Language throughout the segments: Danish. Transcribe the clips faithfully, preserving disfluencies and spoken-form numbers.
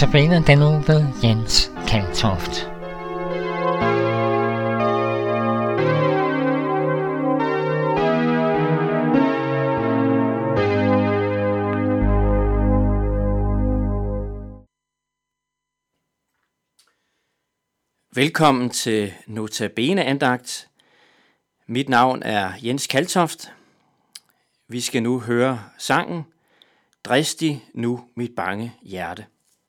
Notabene den uge ved Jens Kaltoft. Velkommen til Notabene andagt. Mit navn er Jens Kaltoft. Vi skal nu høre sangen Dristig nu mit bange hjerte.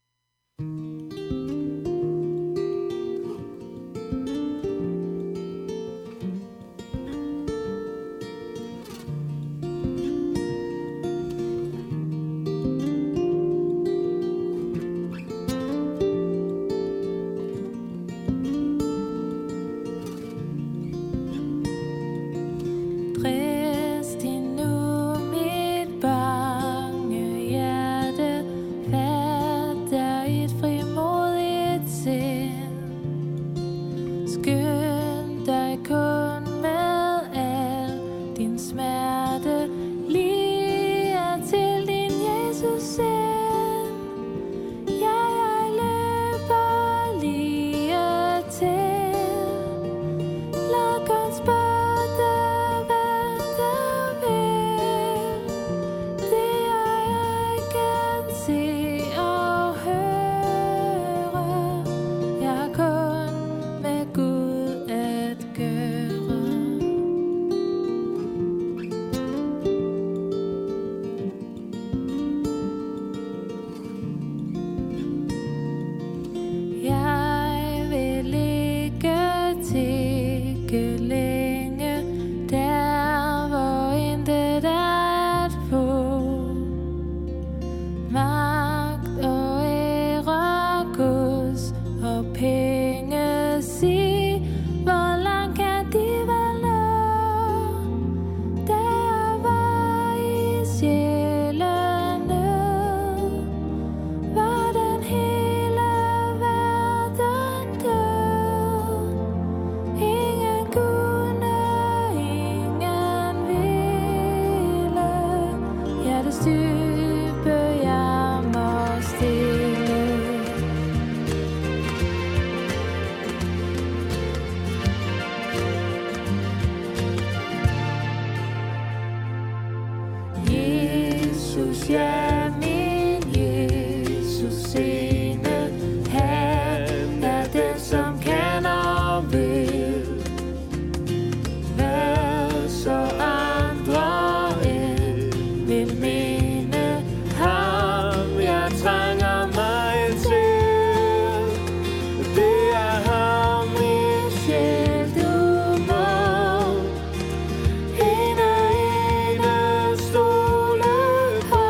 Jesus, ja, min Jesus ene, han er den, som kan og vil. Hvad så andre end vil mene, ham jeg trænger mig til. Det er ham, min sjæl, du må ene, ene stole på.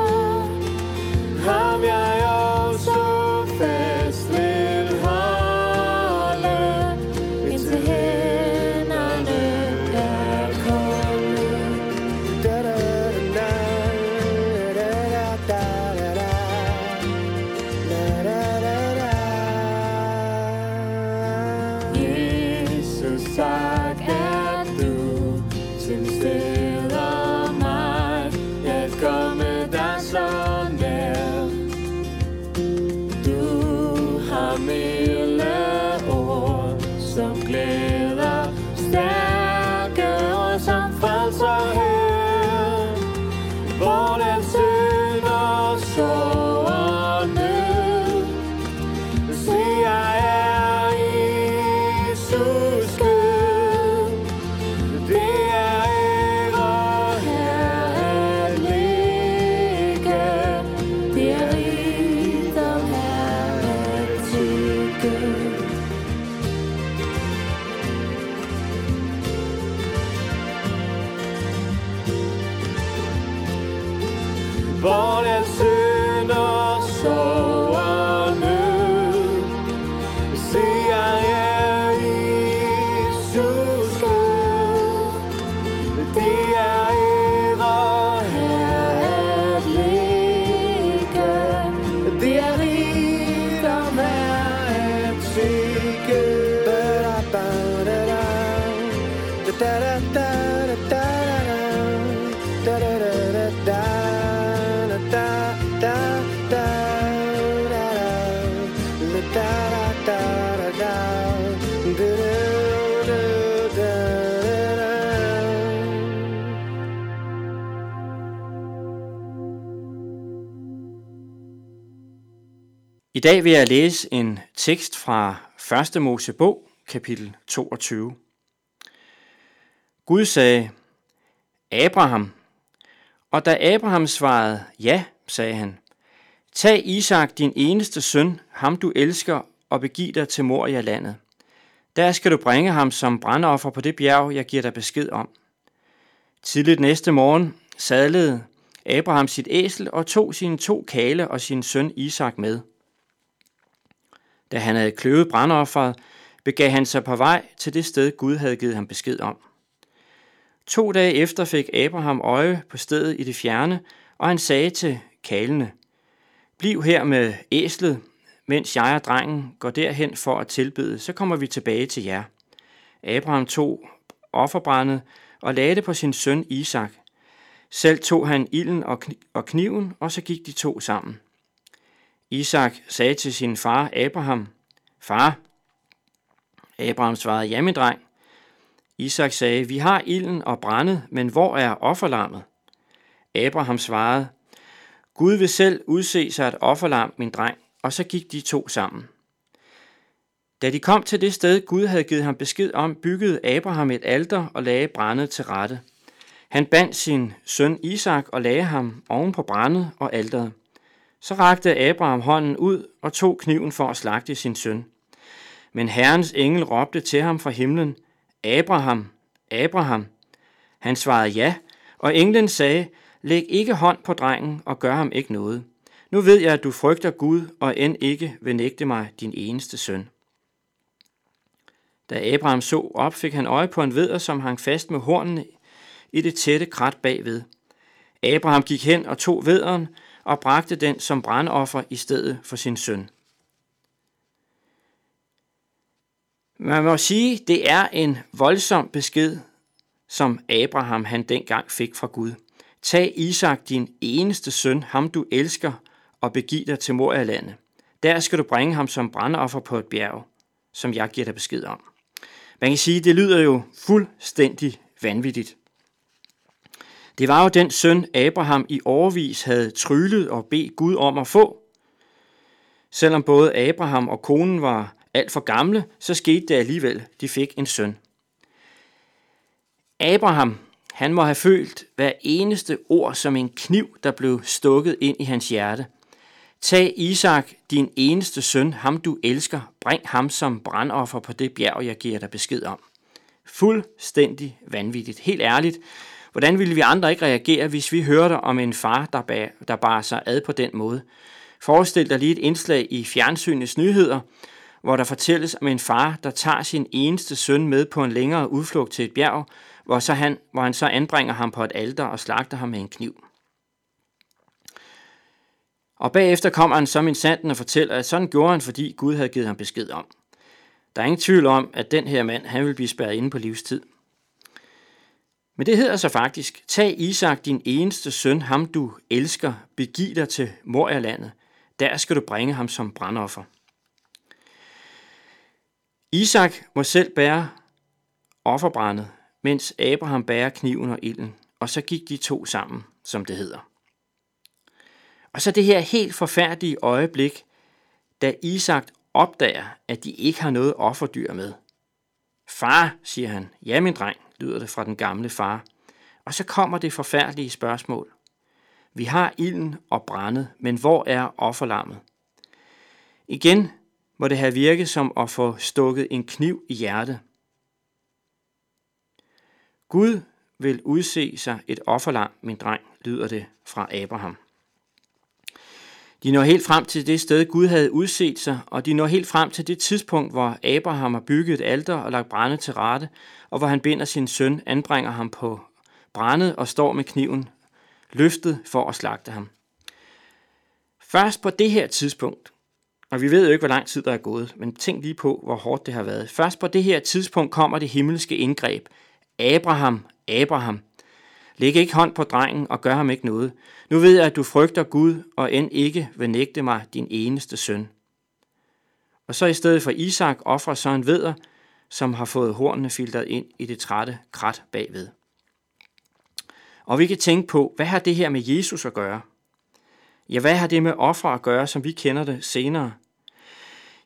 Ham jeg også fast vil holde, indtil hænderne kan kolde. Da da da da da da da da da da. Jesus, tak at du tilsteder mig at komme dig så nær. Du har milde ord, som glæder, stærke ord, som frelser her. Hvor den synder sover nød, se jeg er Jesus skød. Det er ære her at ligge, det er rigdom her at tygge. Hvor den synder sover nød, se jeg er Jesus skød. Det er ære her at ligge, det er rigdom her at tygge. Da da da da da da da da da da da da da I dag vil jeg læse en tekst fra første Mosebog, kapitel toogtyve. Gud sagde, Abraham, og da Abraham svarede, ja, sagde han, tag Isak, din eneste søn, ham du elsker, og begiv dig til Moria-landet. Der skal du bringe ham som brandoffer på det bjerg, jeg giver dig besked om. Tidligt næste morgen sadlede Abraham sit æsel og tog sine to kale og sin søn Isak med. Da han havde kløvet brandofferet, begav han sig på vej til det sted, Gud havde givet ham besked om. To dage efter fik Abraham øje på stedet i det fjerne, og han sagde til kalene, bliv her med æslet, mens jeg og drengen går derhen for at tilbede, så kommer vi tilbage til jer. Abraham tog offerbrændet og lagde det på sin søn Isak. Selv tog han ilden og kniven, og så gik de to sammen. Isak sagde til sin far Abraham, far. Abraham svarede, ja min dreng. Isak sagde, vi har ilden og brændet, men hvor er offerlammet? Abraham svarede, Gud vil selv udse sig et offerlam, min dreng, og så gik de to sammen. Da de kom til det sted, Gud havde givet ham besked om, byggede Abraham et alter og lagde brændet til rette. Han bandt sin søn Isak og lagde ham oven på brændet og alteret. Så rakte Abraham hånden ud og tog kniven for at slagte sin søn. Men Herrens engel råbte til ham fra himlen, Abraham, Abraham. Han svarede ja, og englen sagde, læg ikke hånd på drengen og gør ham ikke noget. Nu ved jeg, at du frygter Gud og end ikke vil nægte mig din eneste søn. Da Abraham så op, fik han øje på en vædder, som hang fast med hornene i det tætte krat bagved. Abraham gik hen og tog vædderen og bragte den som brandoffer i stedet for sin søn. Man må sige, det er en voldsom besked, som Abraham han dengang fik fra Gud. Tag Isak, din eneste søn, ham du elsker, og begiv dig til Moria-landet. Der skal du bringe ham som brandoffer på et bjerg, som jeg giver dig besked om. Man kan sige, det lyder jo fuldstændig vanvittigt. Det var jo den søn, Abraham i årevis havde tryllet og bedt Gud om at få. Selvom både Abraham og konen var alt for gamle, så skete det alligevel, de fik en søn. Abraham, han må have følt hver eneste ord som en kniv, der blev stukket ind i hans hjerte. Tag Isak, din eneste søn, ham du elsker, bring ham som brandoffer på det bjerg, jeg giver dig besked om. Fuldstændig vanvittigt. Helt ærligt, hvordan ville vi andre ikke reagere, hvis vi hørte om en far, der, bar, der bar sig ad på den måde? Forestil dig lige et indslag i fjernsynets nyheder, hvor der fortælles om en far, der tager sin eneste søn med på en længere udflugt til et bjerg, hvor, så han, hvor han så anbringer ham på et alter og slagter ham med en kniv. Og bagefter kommer han så minsandten og fortæller, at sådan gjorde han, fordi Gud havde givet ham besked om. Der er ingen tvivl om, at den her mand, han vil blive spærret inde på livstid. Men det hedder så faktisk, tag Isak, din eneste søn, ham du elsker, begiv dig til Moria-landet. Der skal du bringe ham som brandoffer. Isak må selv bære offerbrændet, mens Abraham bærer kniven og ilden, og så gik de to sammen, som det hedder. Og så det her helt forfærdelige øjeblik, da Isak opdager, at de ikke har noget offerdyr med. Far, siger han, ja min dreng, lyder det fra den gamle far. Og så kommer det forfærdelige spørgsmål. Vi har ilden og brændet, men hvor er offerlammet? Igen må det have virket som at få stukket en kniv i hjertet. Gud vil udse sig et offerlam, min dreng, lyder det fra Abraham. De når helt frem til det sted, Gud havde udset sig, og de når helt frem til det tidspunkt, hvor Abraham har bygget et alter og lagt brændet til rette, og hvor han binder sin søn, anbringer ham på brændet og står med kniven løftet for at slagte ham. Først på det her tidspunkt, og vi ved jo ikke, hvor lang tid der er gået, men tænk lige på, hvor hårdt det har været. Først på det her tidspunkt kommer det himmelske indgreb. Abraham, Abraham, læg ikke hånd på drengen og gør ham ikke noget. Nu ved jeg, at du frygter Gud og end ikke vil nægte mig din eneste søn. Og så i stedet for Isak ofrer så en vædder, som har fået hornene filtret ind i det trætte krat bagved. Og vi kan tænke på, hvad har det her med Jesus at gøre? Ja, hvad har det med offer at gøre, som vi kender det senere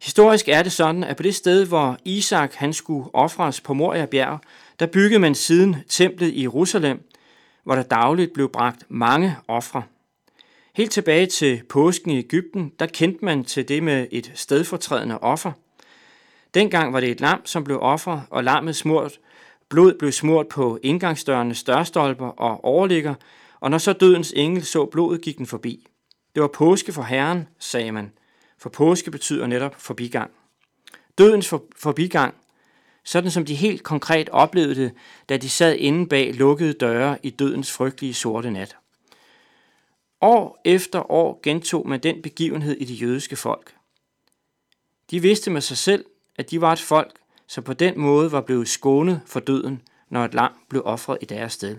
Historisk er det sådan, at på det sted, hvor Isak han skulle ofres på Moria bjerg, der byggede man siden templet i Jerusalem, hvor der dagligt blev bragt mange ofre. Helt tilbage til påsken i Egypten, der kendte man til det med et stedfortrædende offer. Dengang var det et lam, som blev ofret, og lammet smurt. Blod blev smurt på indgangsdørenes dørstolper og overligger, og når så dødens engel så blodet, gik den forbi. Det var påske for Herren, sagde man, for påske betyder netop forbigang. Dødens for, forbigang, sådan som de helt konkret oplevede det, da de sad inde bag lukkede døre i dødens frygtelige sorte nat. År efter år gentog man den begivenhed i det jødiske folk. De vidste med sig selv, at de var et folk, som på den måde var blevet skånet for døden, når et lam blev ofret i deres sted.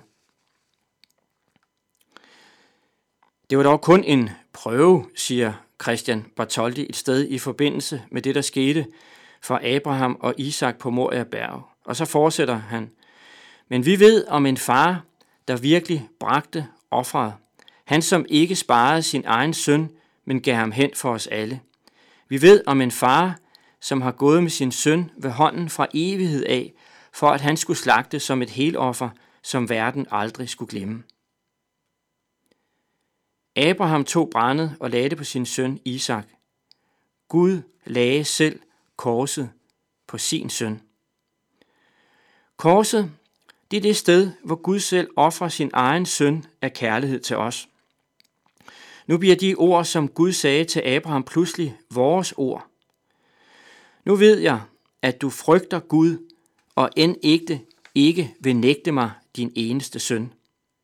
Det var dog kun en prøve, siger Christian Bartholdi et sted i forbindelse med det, der skete for Abraham og Isak på Moria bjerg. Og så fortsætter han. Men vi ved om en far, der virkelig bragte offeret. Han, som ikke sparede sin egen søn, men gav ham hen for os alle. Vi ved om en far, som har gået med sin søn ved hånden fra evighed af, for at han skulle slagte som et heloffer, som verden aldrig skulle glemme. Abraham tog brændet og lagde det på sin søn Isak. Gud lagde selv korset på sin søn. Korset, det er det sted, hvor Gud selv ofrer sin egen søn af kærlighed til os. Nu bliver de ord, som Gud sagde til Abraham, pludselig vores ord. Nu ved jeg, at du frygter Gud, og end ikke, ikke vil nægte mig din eneste søn.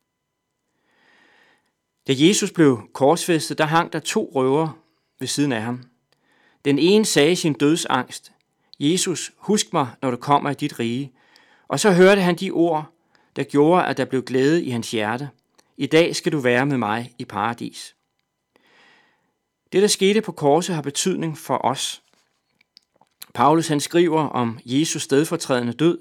Da Jesus blev korsfæstet, der hang der to røvere ved siden af ham. Den ene sagde sin dødsangst, Jesus, husk mig, når du kommer i dit rige. Og så hørte han de ord, der gjorde, at der blev glæde i hans hjerte. I dag skal du være med mig i paradis. Det, der skete på korset, har betydning for os. Paulus han skriver om Jesus stedfortrædende død.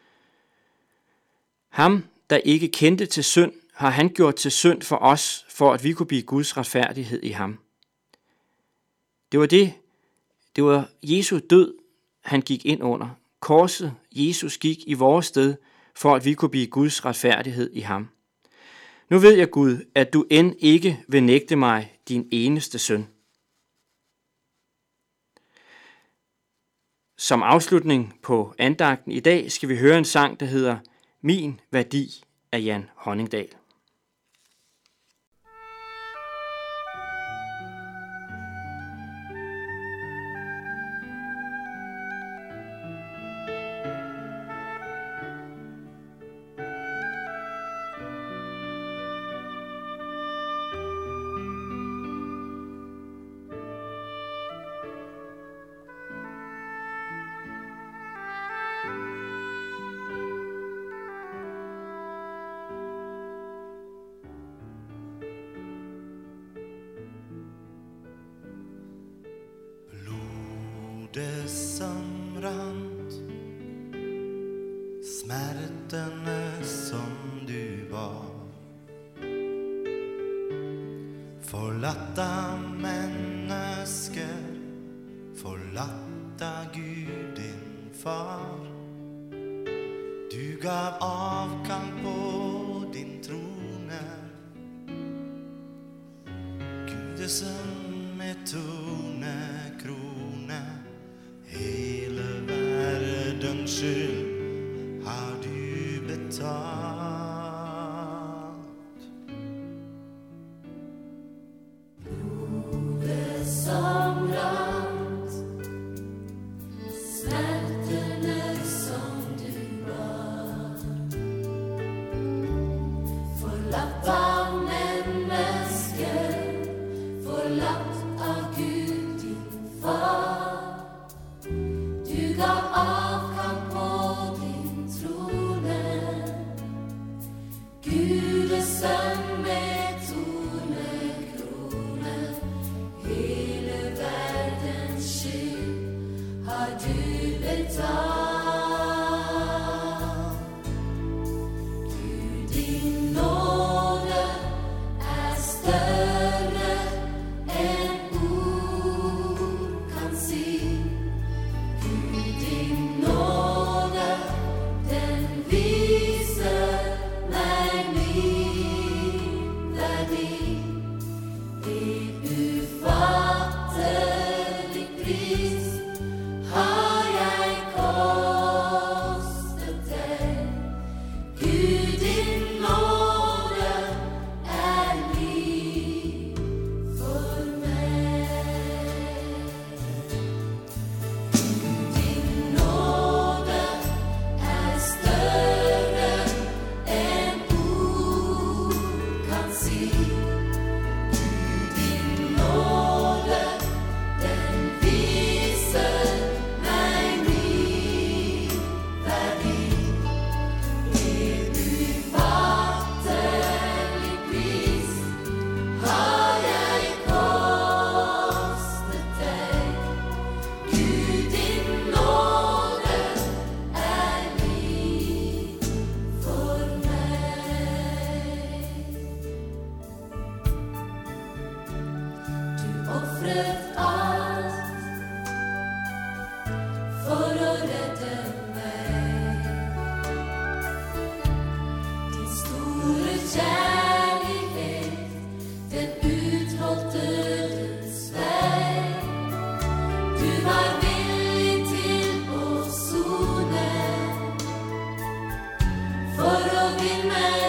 Ham, der ikke kendte til synd, har han gjort til synd for os, for at vi kunne blive Guds retfærdighed i ham. Det var det, det var Jesu død, han gik ind under. Korset, Jesus gik i vores sted, for at vi kunne blive Guds retfærdighed i ham. Nu ved jeg, Gud, at du end ikke vil nægte mig din eneste søn. Som afslutning på andagten i dag skal vi høre en sang, der hedder Min værdi af Jan Honningdal. Det som rant, smertene som du bar, forlatt av mennesker, forlatt av Gud din far. Du gav avkall på din trone, Gudesønn med tornekrone. Hele verdens skyld har du betalt. Blodet som rant, smertene som du bar, forlatt av mennesker, forlatt av Gud din far. Du gav avkall på din trone, vil meg